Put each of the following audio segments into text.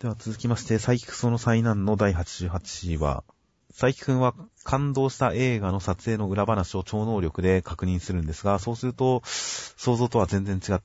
では続きまして、佐伯くその災難の第88話。佐伯くんは感動した映画の撮影の裏話を超能力で確認するんですが、そうすると想像とは全然違って、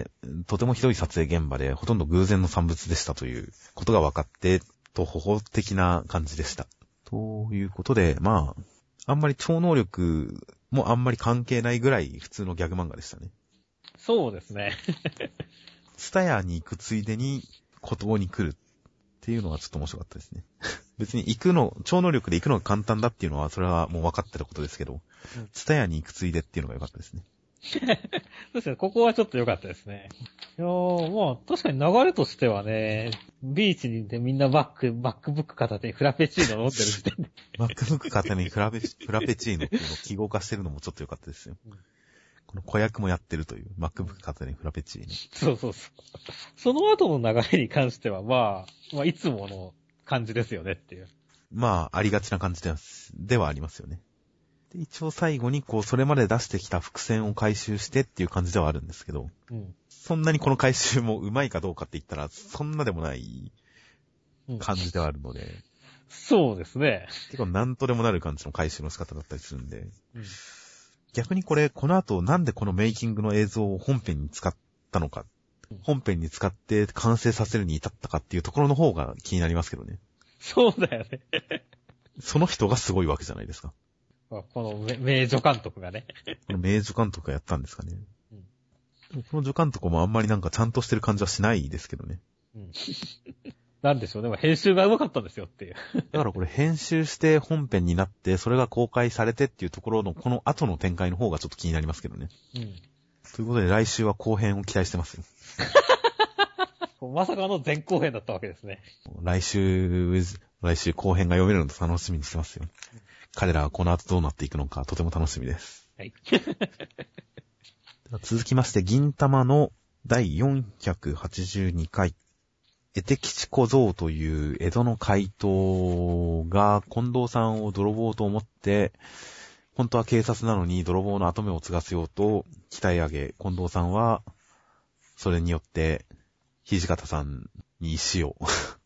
とてもひどい撮影現場でほとんど偶然の産物でしたということが分かって、とほほ的な感じでした。ということで、まあ、あんまり超能力もあんまり関係ないぐらい普通のギャグ漫画でしたね。 そうですね。 ツタヤに行くついでに孤島に来るっていうのはちょっと面白かったですね。別に超能力で行くのが簡単だっていうのは、それはもう分かってたことですけど、ツタヤに行くついでっていうのが良かったですね。 そうですね、ここはちょっと良かったですね。いやー、まあ、確かに流れとしてはね、ビーチにいてみんなMacBook 片手にフラペチーノ飲んでる時点で。 MacBook 片手にフラペチーノっていうのを記号化してるのもちょっと良かったですよ。この子役もやってるという、MacBook 片手にフラペチーノ。 そうそうそう。その後の流れに関しては、まあ、いつもの感じですよねっていう。 まあ、ありがちな感じではありますよね。で、一応最後にそれまで出してきた伏線を回収してっていう感じではあるんですけど、そんなにこの回収もうまいかどうかって言ったら、そんなでもない感じではあるので、 そうですね。 結構なんとでもなる感じの回収の仕方だったりするんで、逆にこの後なんでこのメイキングの映像を本編に使ったのか、本編に使って完成させるに至ったかっていうところの方が気になりますけどね。 そうだよね。 その人がすごいわけじゃないですか。 この名助監督がね。 この名助監督がやったんですかね。でもこの助監督もあんまりなんかちゃんとしてる感じはしないですけどね。 なんでしょう、でも編集が上手かったんですよっていう。 だからこれ編集して本編になって、それが公開されてっていうところのこの後の展開の方がちょっと気になりますけどね。ということで来週は後編を期待してますよ。 まさかの前後編だったわけですね。 来週後編が読めるのと楽しみにしてますよ。彼らはこの後どうなっていくのかとても楽しみです。 はい。 では続きまして、銀玉の第482回。絵的地小僧という江戸の怪盗が近藤さんを泥棒と思って、本当は警察なのに泥棒の跡目を継がせようと鍛え上げ、近藤さんはそれによって土方さんに石を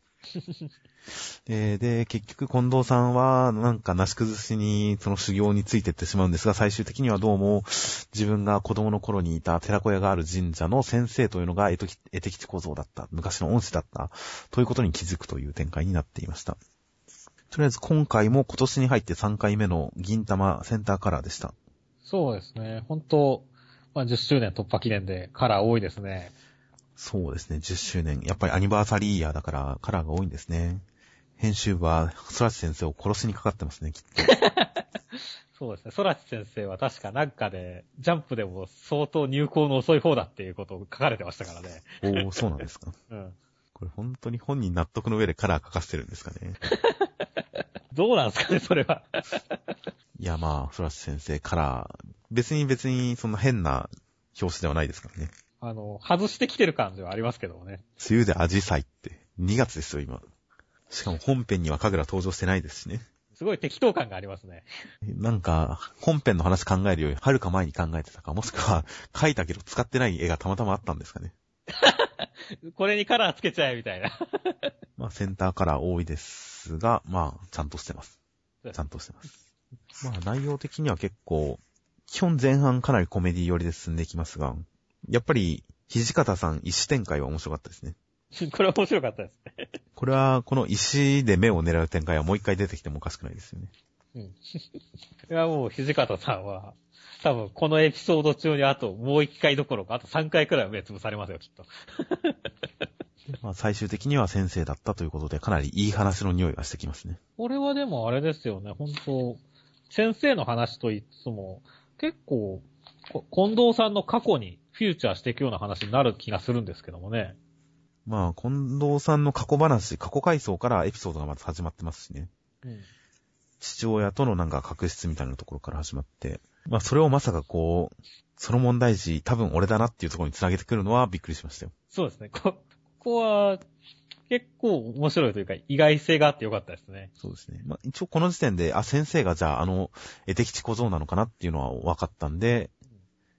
で、結局近藤さんはなんかなし崩しにその修行についてってしまうんですが、最終的にはどうも自分が子供の頃にいた寺子屋がある神社の先生というのが絵的地小僧だった、昔の恩師だったということに気づくという展開になっていました。とりあえず今回も今年に入って3回目の銀玉センターカラーでした。 そうですね。本当、10周年突破記念でカラー多いですね。 そうですね、10周年。やっぱりアニバーサリーイヤーだからカラーが多いんですね。編集部は空知先生を殺しにかかってますね、きっと。 そうですね。空知先生は確かなんかで、ジャンプでも相当入稿の遅い方だっていうことを書かれてましたからね。 おー、そうなんですか。これ本当に本人納得の上でカラー書かせてるんですかね。 どうなんですかね、それは。 いや、まあ、空知先生カラー、別にそんな変な表紙ではないですからね。 外してきてる感じはありますけどもね。 梅雨でアジサイって2月ですよ、今。しかも本編には神楽登場してないですしね。 すごい適当感がありますね。 なんか、本編の話考えるより、はるか前に考えてたか、もしくは、描いたけど使ってない絵がたまたまあったんですかね。 これにカラーつけちゃえ、みたいな。 まあ、センターカラー多いですが、まあ、ちゃんとしてます。ちゃんとしてます。まあ、内容的には結構、基本前半かなりコメディ寄りで進んでいきますが、やっぱり、土方さん石展開は面白かったですね。 これは面白かったですね。 これは、この石で目を狙う展開はもう一回出てきてもおかしくないですよね。 いや、もう土方さんは、多分このエピソード中にあともう1回どころか、あと3回くらいは目つぶされますよ、きっと。 まあ、最終的には先生だったということで、かなりいい話の匂いがしてきますね。 これはでもあれですよね、本当先生の話といつも、結構、近藤さんの過去にフューチャーしていくような話になる気がするんですけどもね。 まあ、近藤さんの過去回想からエピソードがまず始まってますしね。父親とのなんか確執みたいなところから始まって、まあ、それをまさかその問題児、多分俺だなっていうところに繋げてくるのはびっくりしましたよ。 そうですね。ここは、結構面白いというか、意外性があってよかったですね。 そうですね。まあ、一応この時点で、先生がじゃあ絵的地小僧なのかなっていうのは分かったんで、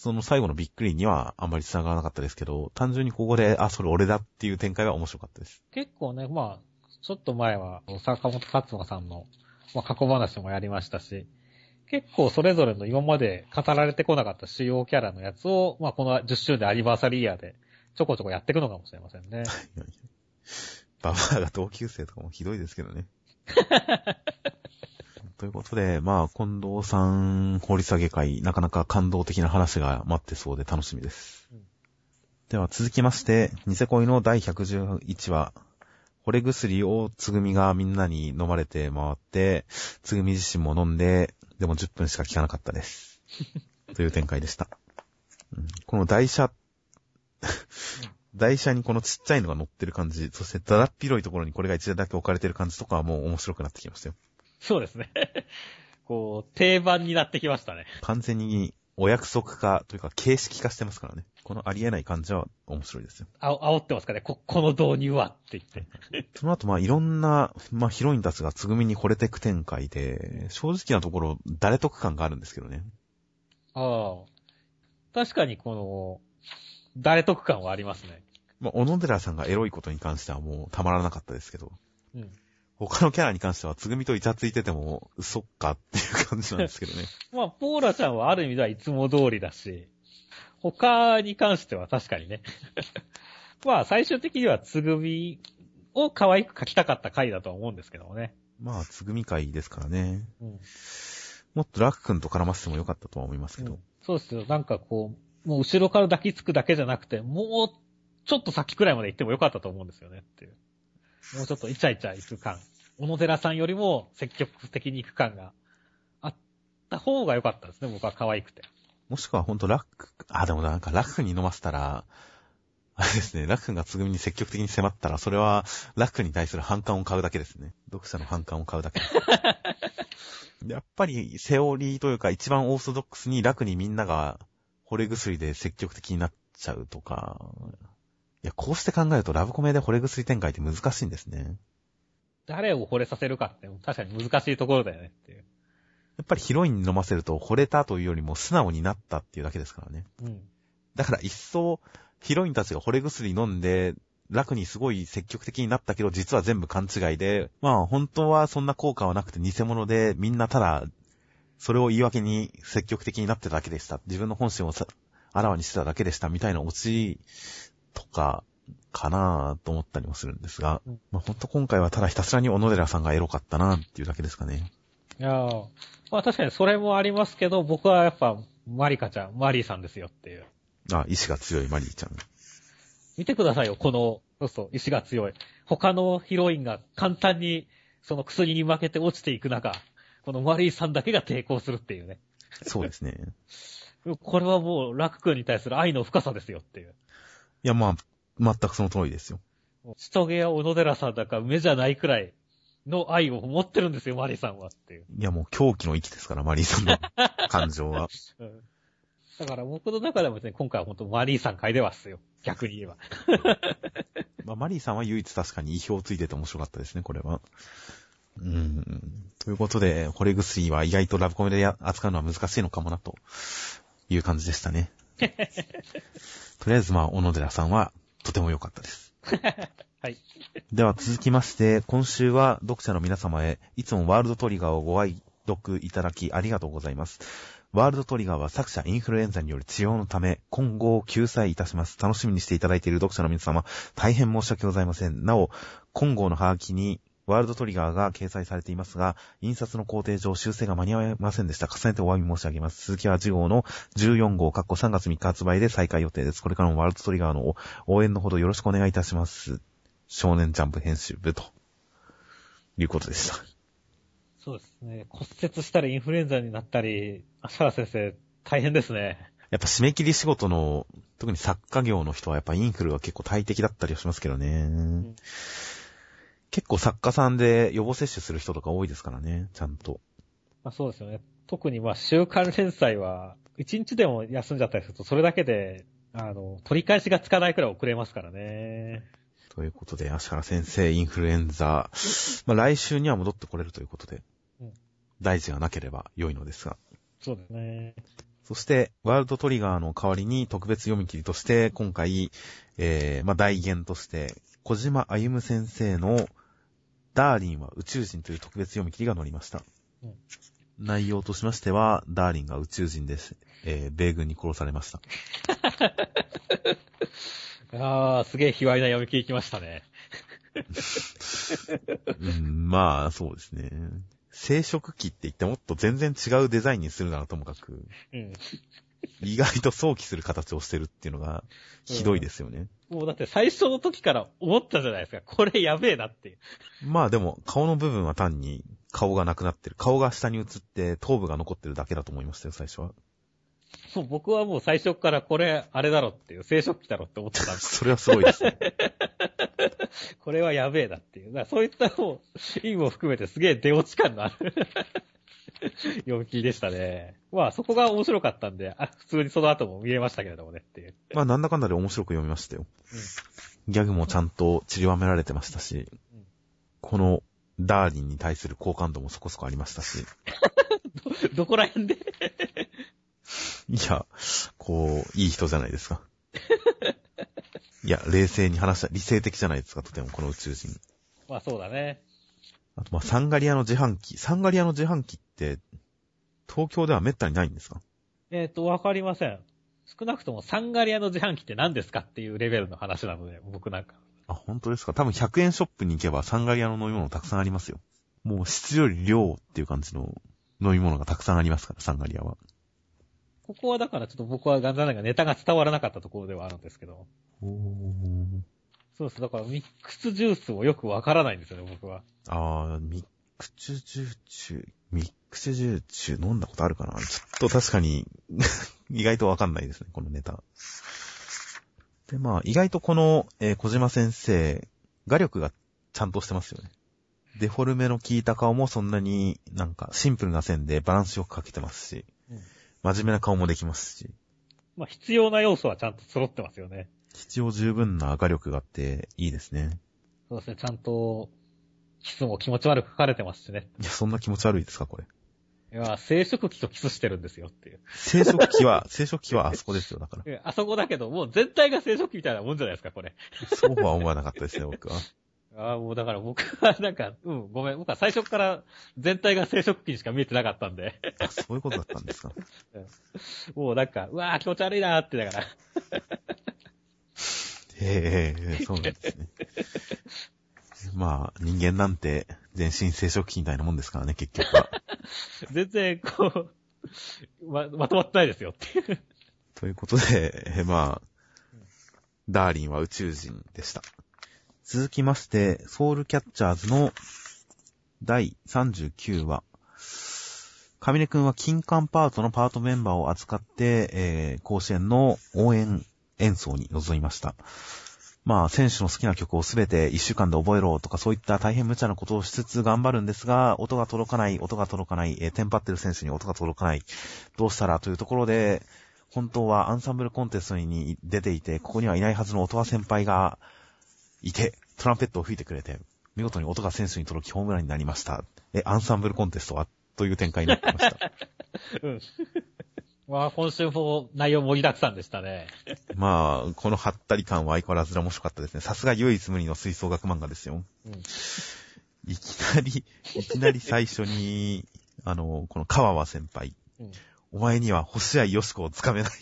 その最後のびっくりにはあんまり繋がらなかったですけど、単純にここで、それ俺だっていう展開は面白かったです。 結構ね、まあ、ちょっと前は、坂本勝馬さんの、まあ、過去話もやりましたし、結構それぞれの今まで語られてこなかった主要キャラのやつを、まあ、この10周年アニバーサリーイヤーで、ちょこちょこやっていくのかもしれませんね。 ババアが同級生とかもひどいですけどね。ということで、まあ、近藤さん掘り下げ会、なかなか感動的な話が待ってそうで楽しみです。では続きまして、ニセ恋の第111話、惚れ薬をつぐみがみんなに飲まれて回って、つぐみ自身も飲んで、でも10分しか効かなかったです。という展開でした。この台車にこのちっちゃいのが乗ってる感じ、そしてだらっ広いところにこれが一台だけ置かれてる感じとかはもう面白くなってきましたよ。 そうですね。こう、定番になってきましたね。 完全にお約束化というか形式化してますからね。このありえない感じは面白いですよ。 煽ってますかね。この導入はって言って。 その後まあいろんな、まあヒロインたちがつぐみに惚れてく展開で、正直なところ誰得感があるんですけどね。 ああ。確かにこの、誰得感はありますね。 まあ小野寺さんがエロいことに関してはもうたまらなかったですけど。 うん。 他のキャラに関してはつぐみとイチャついてても嘘っかっていう感じなんですけどね。 まあ、ポーラちゃんはある意味ではいつも通りだし、他に関しては確かにね。まあ、最終的にはつぐみを可愛く描きたかった回だとは思うんですけどもね。 まあ、つぐみ会ですからね。 うん、 もっとラク君と絡ませてもよかったとは思いますけど。 そうですよ。なんかこう、もう後ろから抱きつくだけじゃなくて、もうちょっと先くらいまで行ってもよかったと思うんですよねっていう。もうちょっとイチャイチャ行く感。小野寺さんよりも積極的に行く感があった方が良かったですね。僕は可愛くて。 もしくはほんとでもなんかラク君に飲ませたら、あれですね、ラク君がつぐみに積極的に迫ったら、それはラク君に対する反感を買うだけですね。読者の反感を買うだけ。やっぱりセオリーというか一番オーソドックスにラクにみんなが惚れ薬で積極的になっちゃうとか。いや、こうして考えるとラブコメで惚れ薬展開って難しいんですね。 誰を惚れさせるかって確かに難しいところだよねっていう。 やっぱりヒロインに飲ませると惚れたというよりも素直になったっていうだけですからね。 うん。 だから一層ヒロインたちが惚れ薬飲んで楽にすごい積極的になったけど実は全部勘違いで、まあ本当はそんな効果はなくて偽物でみんなただそれを言い訳に積極的になってただけでした。自分の本心をあらわにしてただけでしたみたいなオチとかかなぁと思ったりもするんですが、まあ本当今回はただひたすらに小野寺さんがエロかったなっていうだけですかね。 いやー、まあ確かにそれもありますけど、僕はやっぱマリカちゃん、マリーさんですよっていう。 意志が強いマリーちゃん。 見てくださいよ、そうそう、意志が強い。他のヒロインが簡単にその薬に負けて落ちていく中、このマリーさんだけが抵抗するっていうね。 そうですね。 これはもうラク君に対する愛の深さですよっていう。 いやまあ、全くその通りですよ。 人毛や小野寺さんだか目じゃないくらいの愛を持ってるんですよ、マリーさんはっていう。 いやもう狂気の域ですから、マリーさんの感情は。 だから僕の中でもですね、今回は本当マリーさん会ではっすよ。逆に言えば。 まあ、マリーさんは唯一確かに意表をついてて面白かったですね、これは。ということで、惚れ薬は意外とラブコメで扱うのは難しいのかもな、という感じでしたね。とりあえずまあ、小野寺さんはとても良かったです。 はい。 では続きまして、今週は読者の皆様へ、いつもワールドトリガーをご愛読いただきありがとうございます。ワールドトリガーは作者インフルエンザによる治療のため、今後を救済いたします。楽しみにしていただいている読者の皆様、大変申し訳ございません。なお、今後のハガキに、ワールドトリガーが掲載されていますが、印刷の工程上修正が間に合いませんでした。重ねてお詫び申し上げます。続きは次号の14号、3月3日発売で再開予定です。これからもワールドトリガーの応援のほどよろしくお願いいたします。少年ジャンプ編集部ということでした。 そうですね。骨折したりインフルエンザになったり、芦原先生大変ですね。 やっぱ締め切り仕事の、特に作家業の人はやっぱインフルが結構大敵だったりはしますけどね。結構作家さんで予防接種する人とか多いですからね、ちゃんと。 まあそうですよね。特に週刊連載は、1日でも休んじゃったりすると、それだけで、取り返しがつかないくらい遅れますからね。 ということで、芦原先生、インフルエンザ、来週には戻ってこれるということで、大事がなければ良いのですが。 そうですね。 そして、ワールドトリガーの代わりに特別読み切りとして、今回、代言として、小島歩夢先生のダーリンは宇宙人という特別読み切りが載りました。うん、内容としましては、ダーリンが宇宙人です。米軍に殺されました。 すげえ卑猥な読み切り来ましたね。 まあ、そうですね。生殖器って言ってもっと全然違うデザインにするならともかく、意外と想起する形をしてるっていうのがひどいですよね。 もうだって最初の時から思ったじゃないですか。これやべえなっていう。 まあでも顔の部分は単に顔がなくなってる。顔が下に映って頭部が残ってるだけだと思いましたよ、最初は。 僕はもう最初からこれあれだろっていう、生殖器だろって思ってたんです。 それはすごいですね。 これはやべえなっていう。だからそういったもう意味も含めてすげえ出落ち感のある読み切りでしたね。まあそこが面白かったんで、普通にその後も見れましたけれどもねっていう。 まあなんだかんだで面白く読みましたよ。ギャグもちゃんと散りばめられてましたし、このダーリンに対する好感度もそこそこありましたし。 どこら辺でいや、いい人じゃないですか。いや、冷静に話した、理性的じゃないですか、とてもこの宇宙人。 まあそうだね。 あとサンガリアの自販機って、東京では滅多にないんですか？ わかりません。少なくともサンガリアの自販機って何ですかっていうレベルの話なので、僕なんか。 本当ですか？多分100円ショップに行けばサンガリアの飲み物たくさんありますよ。もう質より量っていう感じの飲み物がたくさんありますから、サンガリアは。 ここはだからちょっと僕は残念ながらネタが伝わらなかったところではあるんですけど。そうです。だからミックスジュースをよくわからないんですよね、僕は。 ミックスジュース飲んだことあるかな？ちょっと確かに意外とわかんないですね、このネタ。で、まあ、意外とこの、小島先生、画力がちゃんとしてますよね。デフォルメの効いた顔もそんなになんかシンプルな線でバランスよく描けてますし、真面目な顔もできますし。 まあ、必要な要素はちゃんと揃ってますよね。 必要十分な画力があっていいですね。 そうですね、ちゃんと、キスも気持ち悪く描かれてますしね。 いや、そんな気持ち悪いですか、これ。 いや、生殖器とキスしてるんですよっていう。 生殖器はあそこですよ、だから。 あそこだけど、もう全体が生殖器みたいなもんじゃないですか、これ。 そうは思わなかったですね、僕は。 もうだから僕はなんか、ごめん。僕は最初から全体が生殖器にしか見えてなかったんで。 そういうことだったんですか。 もうなんか、うわー気持ち悪いなーってだから。 そうなんですね。まあ、人間なんて全身生殖器みたいなもんですからね、結局は。 全然、まとまってないですよっていう。 ということで、まあ、ダーリンは宇宙人でした。続きまして、ソウルキャッチャーズの第39話。上根くんは金管パートのパートメンバーを扱って、甲子園の応援演奏に臨みました。まあ、選手の好きな曲をすべて1週間で覚えろとかそういった大変無茶なことをしつつ頑張るんですが、音が届かない、テンパってる選手に音が届かない、どうしたらというところで、本当はアンサンブルコンテストに出ていて、ここにはいないはずの音羽先輩がいて、トランペットを吹いてくれて、見事に音が選手に届きホームランになりました。アンサンブルコンテストはという展開になってました。 まあ、今週も内容盛りだくさんでしたね。 まあ、このハッタリ感は相変わらず面白かったですね。さすが唯一無二の吹奏楽漫画ですよ。いきなり最初に、この川和先輩。お前には星合よしこをつかめない。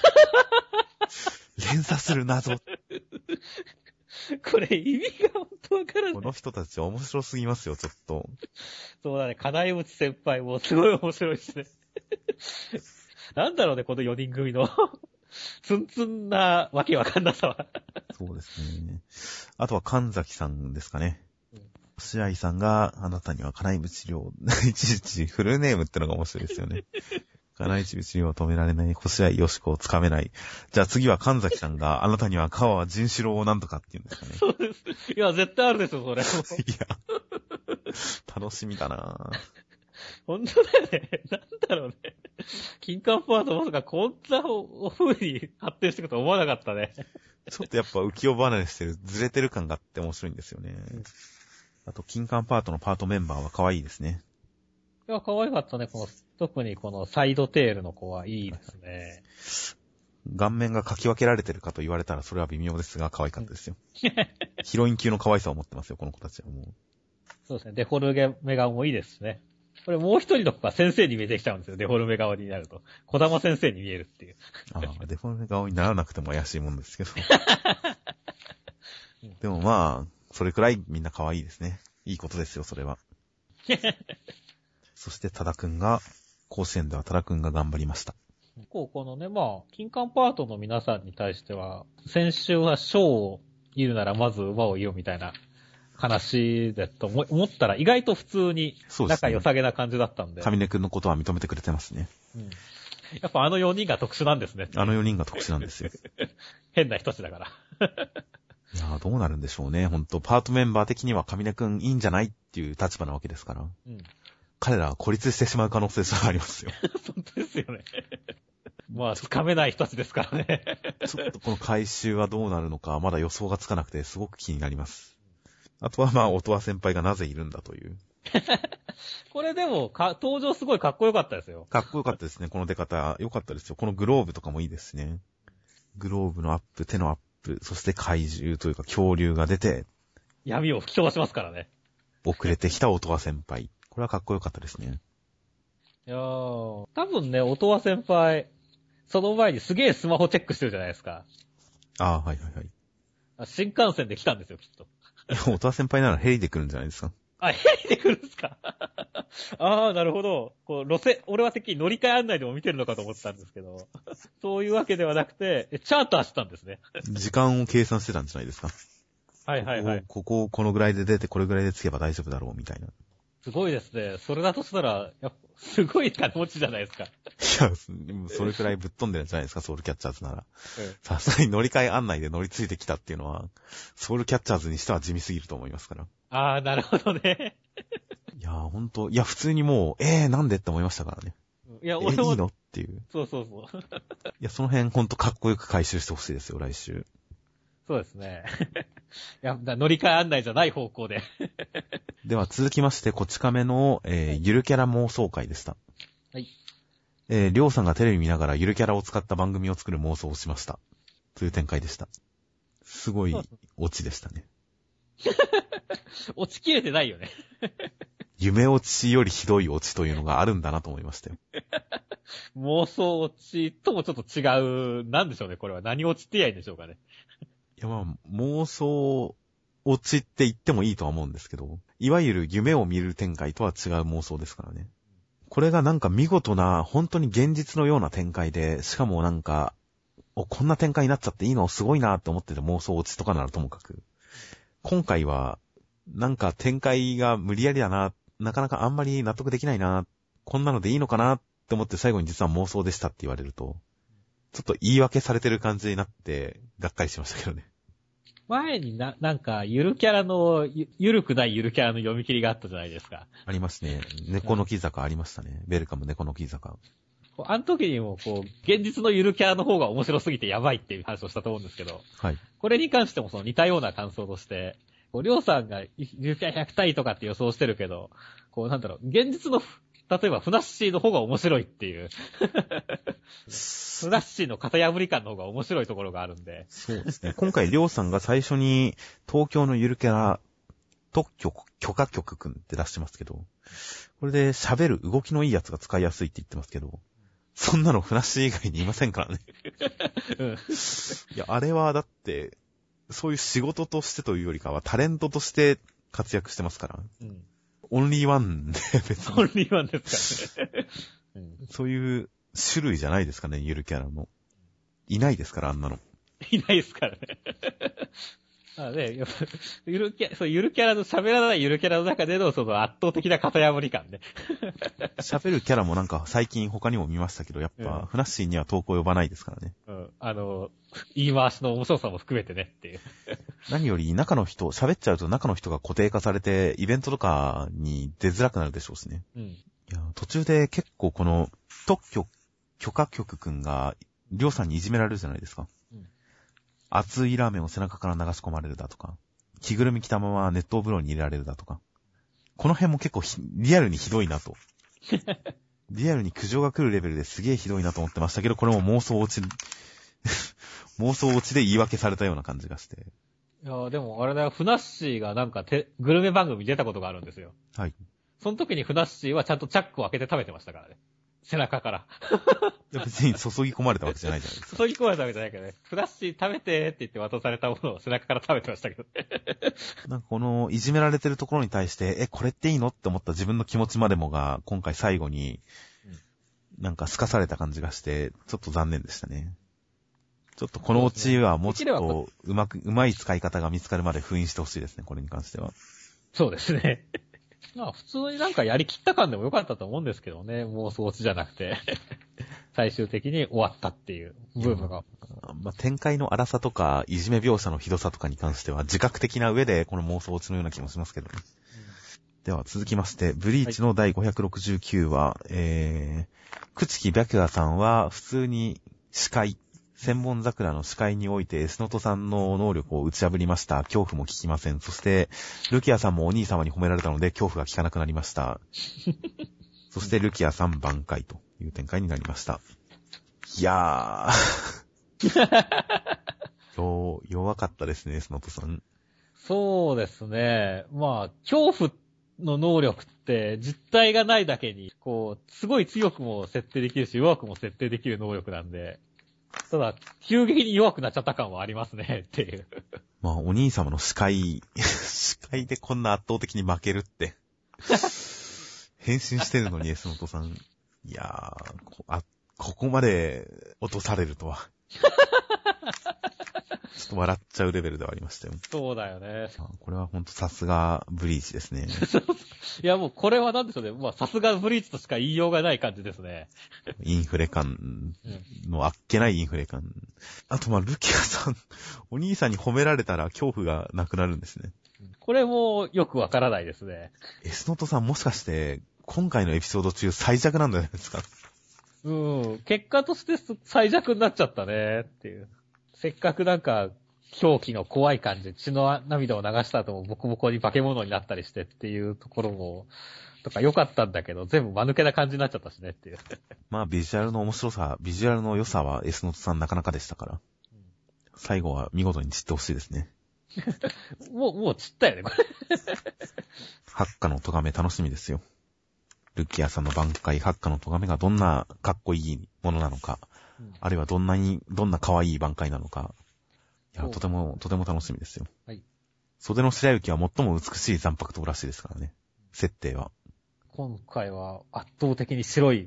連鎖する謎。 これ意味が本当わからない。 この人たち面白すぎますよ、ちょっと。 そうだね、金井内先輩もすごい面白いですね。なんだろうね、この4人組の。ツンツンなわけわかんなさは。 そうですね。あとは神崎さんですかね。星合さんがあなたには金井内涼、いちいちフルネームってのが面白いですよね。金井内涼を止められない、星合よしこをつかめない。じゃあ次は神崎さんがあなたには川は陣四郎をなんとかって言うんですかね。 そうです。いや、絶対あるでしょ、それ。いや、楽しみだなぁ。 本当だよね。なんだろうね。金管パートまさかこんな風に発展していくと思わなかったね。 ちょっとやっぱ浮世離れしてる、ずれてる感があって面白いんですよね。あと、金管パートのパートメンバーは可愛いですね。 いや、可愛かったね。特にこのサイドテールの子はいいですね。 顔面が描き分けられてるかと言われたらそれは微妙ですが、可愛かったですよ。ヒロイン級の可愛さを持ってますよ、この子たちはもう。 そうですね。デフォルメ顔もいいですしね。これもう一人の子が先生に見えてきちゃうんですよ。デフォルメ顔になると。小玉先生に見えるっていう。 デフォルメ顔にならなくても怪しいもんですけど。でもまあ、それくらいみんな可愛いですね。いいことですよ、それは。そして多田くんが、甲子園では多田くんが頑張りました。 このね、金管パートの皆さんに対しては、先週は賞をいるならまず馬を言おうみたいな話だと思ったら意外と普通に仲良さげな感じだったんで。 上根くんのことは認めてくれてますね。 やっぱあの4人が特殊なんですね。 あの4人が特殊なんですよ。 変な人たちだから。 いやーどうなるんでしょうね。ほんと、パートメンバー的には上根くんいいんじゃないっていう立場なわけですから。彼らは孤立してしまう可能性すらありますよ。 本当ですよね。つかめない人たちですからね。 ちょっとこの回収はどうなるのか、まだ予想がつかなくてすごく気になります。あとは音羽先輩がなぜいるんだという。 これでも、登場すごいかっこよかったですよ。 かっこよかったですね、この出方。よかったですよ。このグローブとかもいいですね。グローブのアップ、手のアップ、そして怪獣というか恐竜が出て。 闇を吹き飛ばしますからね。 遅れてきた音羽先輩。これはかっこよかったですね。 いやー、多分ね、音羽先輩、その前にすげえスマホチェックしてるじゃないですか。 はい。 新幹線で来たんですよ、きっと。 いや、音羽先輩ならヘリで来るんじゃないですか。 ヘリで来るんですかなるほど。俺はてっきり乗り換え案内でも見てるのかと思ってたんですけど、そういうわけではなくて、チャーターしてたんですね。 時間を計算してたんじゃないですか。 はい。 このぐらいで出て、これぐらいで着けば大丈夫だろう、みたいな。 すごいですね。それだとしたら、すごい金持ちじゃないですか。 いや、それくらいぶっ飛んでるんじゃないですか、ソウルキャッチャーズなら。さすがに乗り換え案内で乗り継いできたっていうのは、ソウルキャッチャーズにしては地味すぎると思いますから。 なるほどね。 いや、ほんと、普通にもう、なんでって思いましたからね。俺もいいのっていう。 そう。 いや、その辺ほんとかっこよく回収してほしいですよ、来週。 そうですね。乗り換え案内じゃない方向で。 では続きまして、こち亀の、ゆるキャラ妄想会でした。 はい。 りょうさんがテレビ見ながらゆるキャラを使った番組を作る妄想をしました。という展開でした。すごい、オチでしたね。 落ちきれてないよね。 夢落ちよりひどいオチというのがあるんだなと思いましたよ。 妄想落ちともちょっと違う、なんでしょうね、これは。何落ちって言えばいいんでしょうかね。 いや妄想落ちって言ってもいいとは思うんですけど、いわゆる夢を見る展開とは違う妄想ですからね。これがなんか見事な、本当に現実のような展開で、しかもなんか、こんな展開になっちゃっていいのすごいなって思ってて妄想落ちとかならともかく。今回は、なんか展開が無理やりだな、なかなかあんまり納得できないな、こんなのでいいのかなって思って最後に実は妄想でしたって言われると、ちょっと言い訳されてる感じになって、がっかりしましたけどね。 前になんか、ゆるキャラの、ゆるくないゆるキャラの読み切りがあったじゃないですか。 ありますね。猫の木坂ありましたね。ベルカム猫の木坂。 あの時にも現実のゆるキャラの方が面白すぎてやばいっていう話をしたと思うんですけど、 はい。 これに関しても似たような感想として、りょうさんがゆるキャラ100体とかって予想してるけど、現実の、例えばフナッシーの方が面白いっていう。フナッシーの型破り感の方が面白いところがあるんで。 そうですね。今回、りょうさんが最初に東京のゆるキャラ特許可局くんって出してますけど、これで喋る動きのいいやつが使いやすいって言ってますけど、そんなのフナッシー以外にいませんからね。いや、あれはだって、そういう仕事としてというよりかはタレントとして活躍してますから。オンリーワンで別に。 オンリーワンですからね。 そういう種類じゃないですかね、ゆるキャラの。いないですから、あんなの。 いないですからね。ゆるキャラの喋らないゆるキャラの中での圧倒的な型破り感ね。 喋るキャラもなんか最近他にも見ましたけど、やっぱ、フナッシーには投稿呼ばないですからね。 言い回しの面白さも含めてねっていう。 何より喋っちゃうと中の人が固定化されて、イベントとかに出づらくなるでしょうしね。いや、途中で結構この特許可局くんが、りょうさんにいじめられるじゃないですか。熱いラーメンを背中から流し込まれるだとか、着ぐるみ着たまま熱湯風呂に入れられるだとか。この辺も結構リアルにひどいなと。 リアルに苦情が来るレベルですげえひどいなと思ってましたけど、これも妄想落ち、妄想落ちで言い訳されたような感じがして。 いや、でもあれだよ、ふなっしーがなんかグルメ番組出たことがあるんですよ。 はい。 その時にふなっしーはちゃんとチャックを開けて食べてましたからね。背中から。 いや別に注ぎ込まれたわけじゃないじゃないですか。 注ぎ込まれたわけじゃないけどね。ふなっしー食べてって言って渡されたものを背中から食べてましたけどね。 なんかこのいじめられてるところに対して、これっていいのって思った自分の気持ちまでもが、今回最後に、なんか透かされた感じがして、ちょっと残念でしたね。ちょっとこのオチはもうちょっとうまい使い方が見つかるまで封印してほしいですね、これに関しては。 そうですね。まあ普通になんかやりきった感でもよかったと思うんですけどね。妄想オチじゃなくて。最終的に終わったっていう部分が。 まあ、展開の荒さとか、いじめ描写のひどさとかに関しては自覚的な上でこの妄想オチのような気もしますけどね。では続きまして、ブリーチの第569話、朽木白夜さんは普通に司会、千本桜の司会においてエスノトさんの能力を打ち破りました。恐怖も効きません。そして、ルキアさんもお兄様に褒められたので恐怖が効かなくなりました。そしてルキアさん挽回という展開になりました。いやー。弱かったですね、エスノトさん。 そうですね。まあ、恐怖の能力って実体がないだけに、こう、すごい強くも設定できるし、弱くも設定できる能力なんで、ただ、急激に弱くなっちゃった感はありますね、っていう。 まあ、お兄様の司会でこんな圧倒的に負けるって。変身してるのに、エスノトさん。いやー、ここまで落とされるとは。ちょっと笑っちゃうレベルではありましたよ。 そうだよね。 これはほんとさすがブリーチですね。 いやもうこれはなんでしょうね。まあさすがブリーチとしか言いようがない感じですね。 インフレ感のあっけないインフレ感。あとルキアさん、お兄さんに褒められたら恐怖がなくなるんですね。 これもよくわからないですね。 エスノトさんもしかして今回のエピソード中最弱なんじゃないですか？ 結果として最弱になっちゃったねっていう。せっかくなんか、狂気の怖い感じ、血の涙を流した後もボコボコに化け物になったりしてっていうところも、とか良かったんだけど、全部間抜けな感じになっちゃったしねっていう。 まあビジュアルの面白さ、ビジュアルの良さはエスノトさんなかなかでしたから。最後は見事に散ってほしいですね。 もう散ったよね、これ。 ハッカの咎め楽しみですよ。ルキアさんの挽回、ハッカの咎めがどんなかっこいいものなのか、あるいはどんな可愛い挽回なのか、いや、とても楽しみですよ。はい。袖の白雪は最も美しい残白刀らしいですからね。設定は。 今回は圧倒的に白い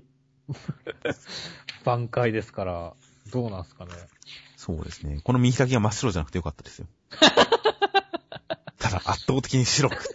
挽回ですから、どうなんすかね。 そうですね。この見開きが真っ白じゃなくてよかったですよ。ただ圧倒的に白くって。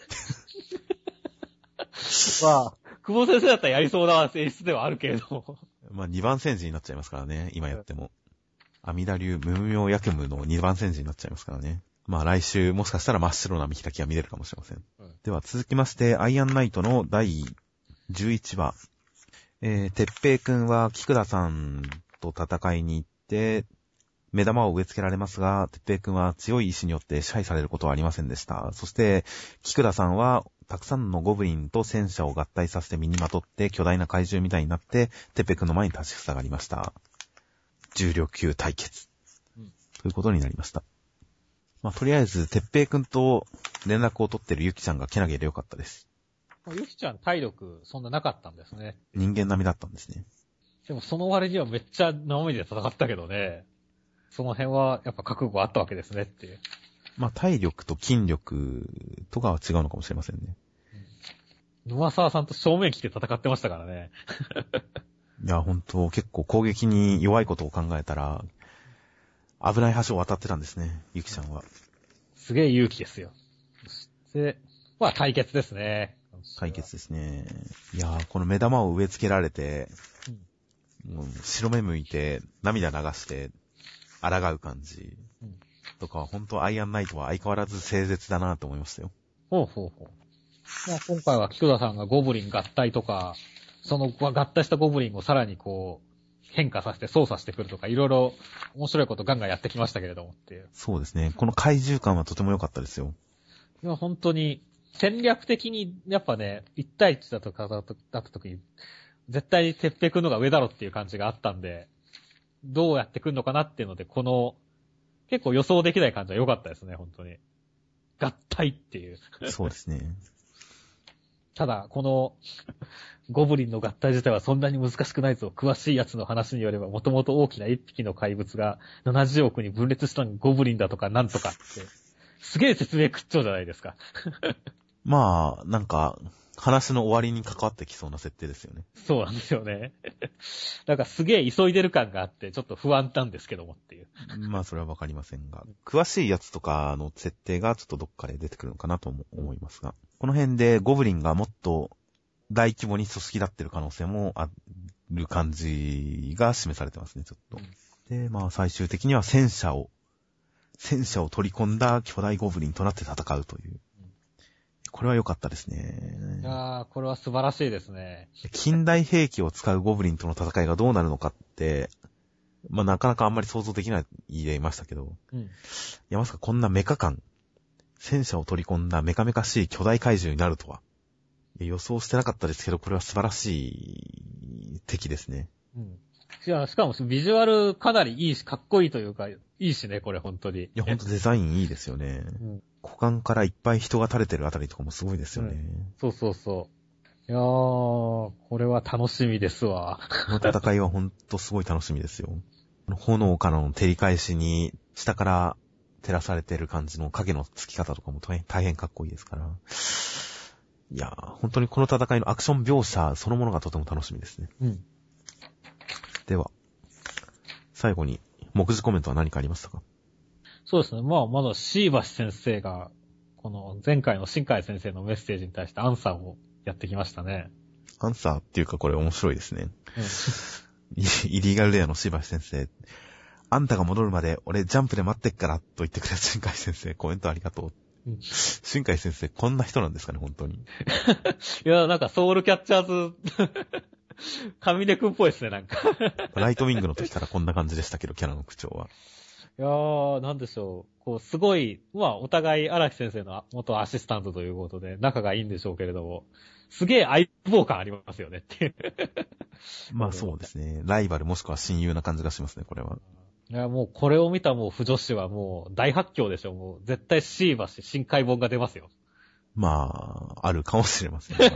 まあ、久保先生だったらやりそうな演出ではあるけれど。 まあ2番戦時になっちゃいますからね、今やっても。阿弥陀流無名薬務の2番戦時になっちゃいますからね。まあ来週もしかしたら真っ白な見開きが見れるかもしれません。では続きまして、アイアンナイトの第11話。てっぺいくんは菊田さんと戦いに行って、目玉を植え付けられますが、てっぺいくんは強い意志によって支配されることはありませんでした。そして、菊田さんは、たくさんのゴブリンと戦車を合体させて身にまとって巨大な怪獣みたいになって、てっぺいくんの前に立ちふさがりました。重量級対決。ということになりました。まあ、とりあえず、てっぺいくんと連絡を取ってるゆきちゃんがけなげでよかったです。 ゆきちゃん体力そんななかったんですね。 人間並みだったんですね。 でもその割にはめっちゃ生身で戦ったけどね。その辺はやっぱ覚悟あったわけですねっていう。 まあ、体力と筋力とかは違うのかもしれませんね。 沼沢さんと正面来て戦ってましたからね。 いや、ほんと、結構攻撃に弱いことを考えたら、危ない橋を渡ってたんですね、ゆきちゃんは。 すげえ勇気ですよ。そして、まあ対決ですね。 対決ですね。いやー、この目玉を植え付けられて、もう白目向いて、涙流して、抗う感じ。とかは、ほんとアイアンナイトは相変わらず清絶だなと思いましたよ。 ほう。まあ今回は菊田さんがゴブリン合体とか、その合体したゴブリンをさらにこう、変化させて操作してくるとか、いろいろ面白いことガンガンやってきましたけれどもっていう。 そうですね。この怪獣感はとても良かったですよ。 いや、本当に、 戦略的に、やっぱね、1対1だった時に、絶対に鉄平くんのが上だろっていう感じがあったんで、どうやってくんのかなっていうので、この、結構予想できない感じは良かったですね、本当に。合体っていう。 そうですね。 ただ、この、ゴブリンの合体自体はそんなに難しくないぞ。詳しいやつの話によれば、もともと大きな一匹の怪物が70億に分裂したのにゴブリンだとかなんとかって、すげえ説明口調じゃないですか。 まあ、なんか、話の終わりに関わってきそうな設定ですよね。 そうなんですよね。なんかすげえ急いでる感があって、ちょっと不安なんですけどもっていう。 まあ、それはわかりませんが、詳しいやつとかの設定がちょっとどっかで出てくるのかなと思いますが、この辺でゴブリンがもっと大規模に組織立ってる可能性もある感じが示されてますね、ちょっと。で、まあ、最終的には戦車を取り込んだ巨大ゴブリンとなって戦うという。これは良かったですね。 いやー、これは素晴らしいですね。 近代兵器を使うゴブリンとの戦いがどうなるのかって、まあなかなかあんまり想像できないでいましたけど、 うん。 いやまさかこんなメカ感、戦車を取り込んだメカメカしい巨大怪獣になるとは。予想してなかったですけど、これは素晴らしい敵ですね。 うん。いや、しかもビジュアルかなりいいし、かっこいいというか、いいしね、これ本当に。 いや、ほんとデザインいいですよね。 うん。 股間からいっぱい人が垂れてるあたりとかもすごいですよね。 そうそうそう。いやー、これは楽しみですわ。 この戦いはほんとすごい楽しみですよ。炎からの照り返しに、下から照らされてる感じの影のつき方とかも大変かっこいいですから。いやー、本当にこの戦いのアクション描写そのものがとても楽しみですね。 うん。 では、最後に、目次コメントは何かありましたか？ そうですね。まあ、まだ椎橋先生が、この前回の新海先生のメッセージに対してアンサーをやってきましたね。 アンサーっていうかこれ面白いですね。 うん。 イリーガルレアの椎橋先生。あんたが戻るまで俺ジャンプで待ってっからと言ってくれた新海先生、コメントありがとう。 うん、 新海先生、こんな人なんですかね、本当に。 いや、なんかソウルキャッチャーズ、神根くんっぽいですね、なんか。 ライトウィングの時からこんな感じでしたけど、キャラの口調は。 いやー、なんでしょう。こう、すごい、まあ、お互い荒木先生の元アシスタントということで、仲がいいんでしょうけれども、すげえ相棒感ありますよねっていう。 まあそうですね。ライバルもしくは親友な感じがしますね、これは。 いや、もうこれを見たもう不女子はもう大発狂でしょ。もう絶対椎橋新海本が出ますよ。 まあ、あるかもしれませんが。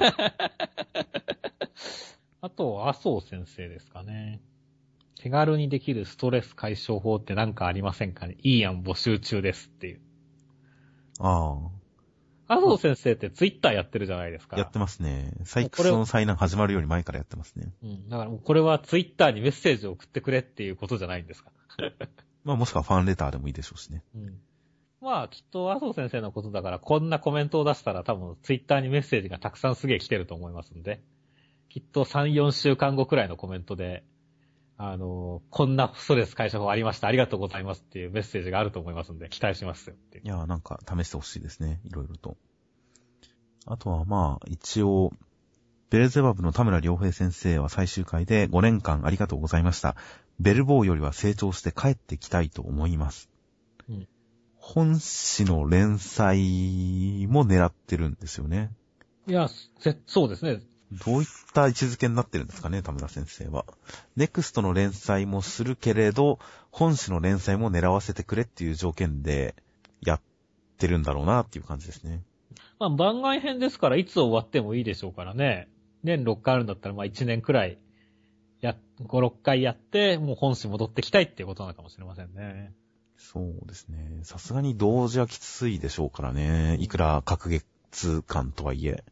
あと、麻生先生ですかね。手軽にできるストレス解消法って何かありませんかね。いい案募集中ですっていう。 あ麻生先生ってツイッターやってるじゃないですか。 あ、やってますね。サイクスの災難始まるより前からやってますね。 うん。だからもうこれはツイッターにメッセージを送ってくれっていうことじゃないんですか。 まあもしくはファンレターでもいいでしょうしね。 うん。まあ、きっと麻生先生のことだから、こんなコメントを出したら多分ツイッターにメッセージがたくさんすげえ来てると思いますんで、きっと3、4週間後くらいのコメントで、こんなストレス解消法ありました。ありがとうございますっていうメッセージがあると思いますんで、期待しますよっていう。 いや、なんか試してほしいですね。いろいろと。あとはまあ、一応、ベルゼバブの田村良平先生は最終回で5年間ありがとうございました。ベルボーよりは成長して帰ってきたいと思います。 うん。 本誌の連載も狙ってるんですよね。 いや、そうですね。 どういった位置づけになってるんですかね、田村先生は。ネクストの連載もするけれど、本誌の連載も狙わせてくれっていう条件でやってるんだろうなっていう感じですね。 まあ、番外編ですから、いつ終わってもいいでしょうからね。年6回あるんだったら、まあ1年くらい、5、6回やって、もう本誌戻ってきたいっていうことなのかもしれませんね。 そうですね。さすがに同時はきついでしょうからね。いくら隔月間とはいえ。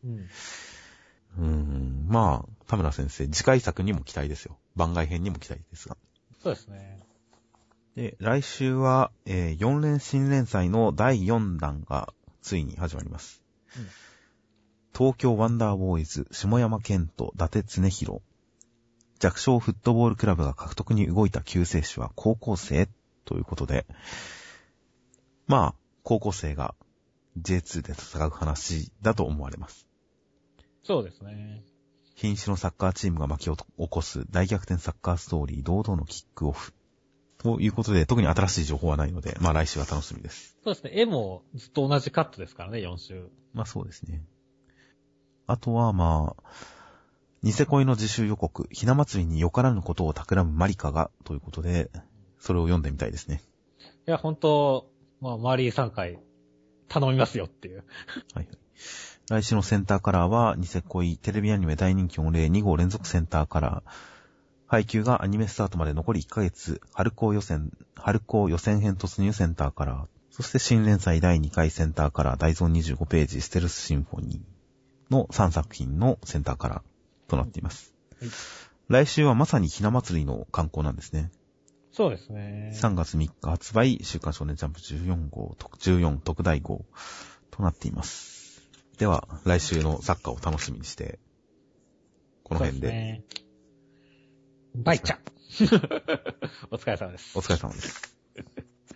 まあ、田村先生、次回作にも期待ですよ。番外編にも期待ですが。 そうですね。 で、来週は、4連新連載の第4弾がついに始まります。東京ワンダーボーイズ、下山健人、伊達恒弘。弱小フットボールクラブが獲得に動いた救世主は高校生ということで、まあ、高校生が J2 で戦う話だと思われます。 そうですね。 瀕死のサッカーチームが巻き起こす大逆転サッカーストーリー堂々のキックオフ。 ということで、特に新しい情報はないので、まあ来週は楽しみです。 そうですね。絵もずっと同じカットですからね、4週。 まあそうですね。あとはまあ、ニセ恋の自習予告、ひな祭りによからぬことを企むマリカが、ということで、それを読んでみたいですね。 いや、本当まあ、マリー3回頼みますよっていう。 はい。来週のセンターカラーは、ニセ恋、テレビアニメ大人気御礼2号連続センターカラー。配給がアニメスタートまで残り1ヶ月、春高予選編突入センターカラー。そして新連載第2回センターカラー、大蔵25ページ、ステルスシンフォニーの3作品のセンターカラーとなっています。 はい、 来週はまさにひな祭りの観光なんですね。 そうですね。 3月3日発売、週刊少年ジャンプ14特大号となっています。では、来週の作家を楽しみにして、この辺で。 そうですね。バイちゃん。お疲れ様です。 お疲れ様です。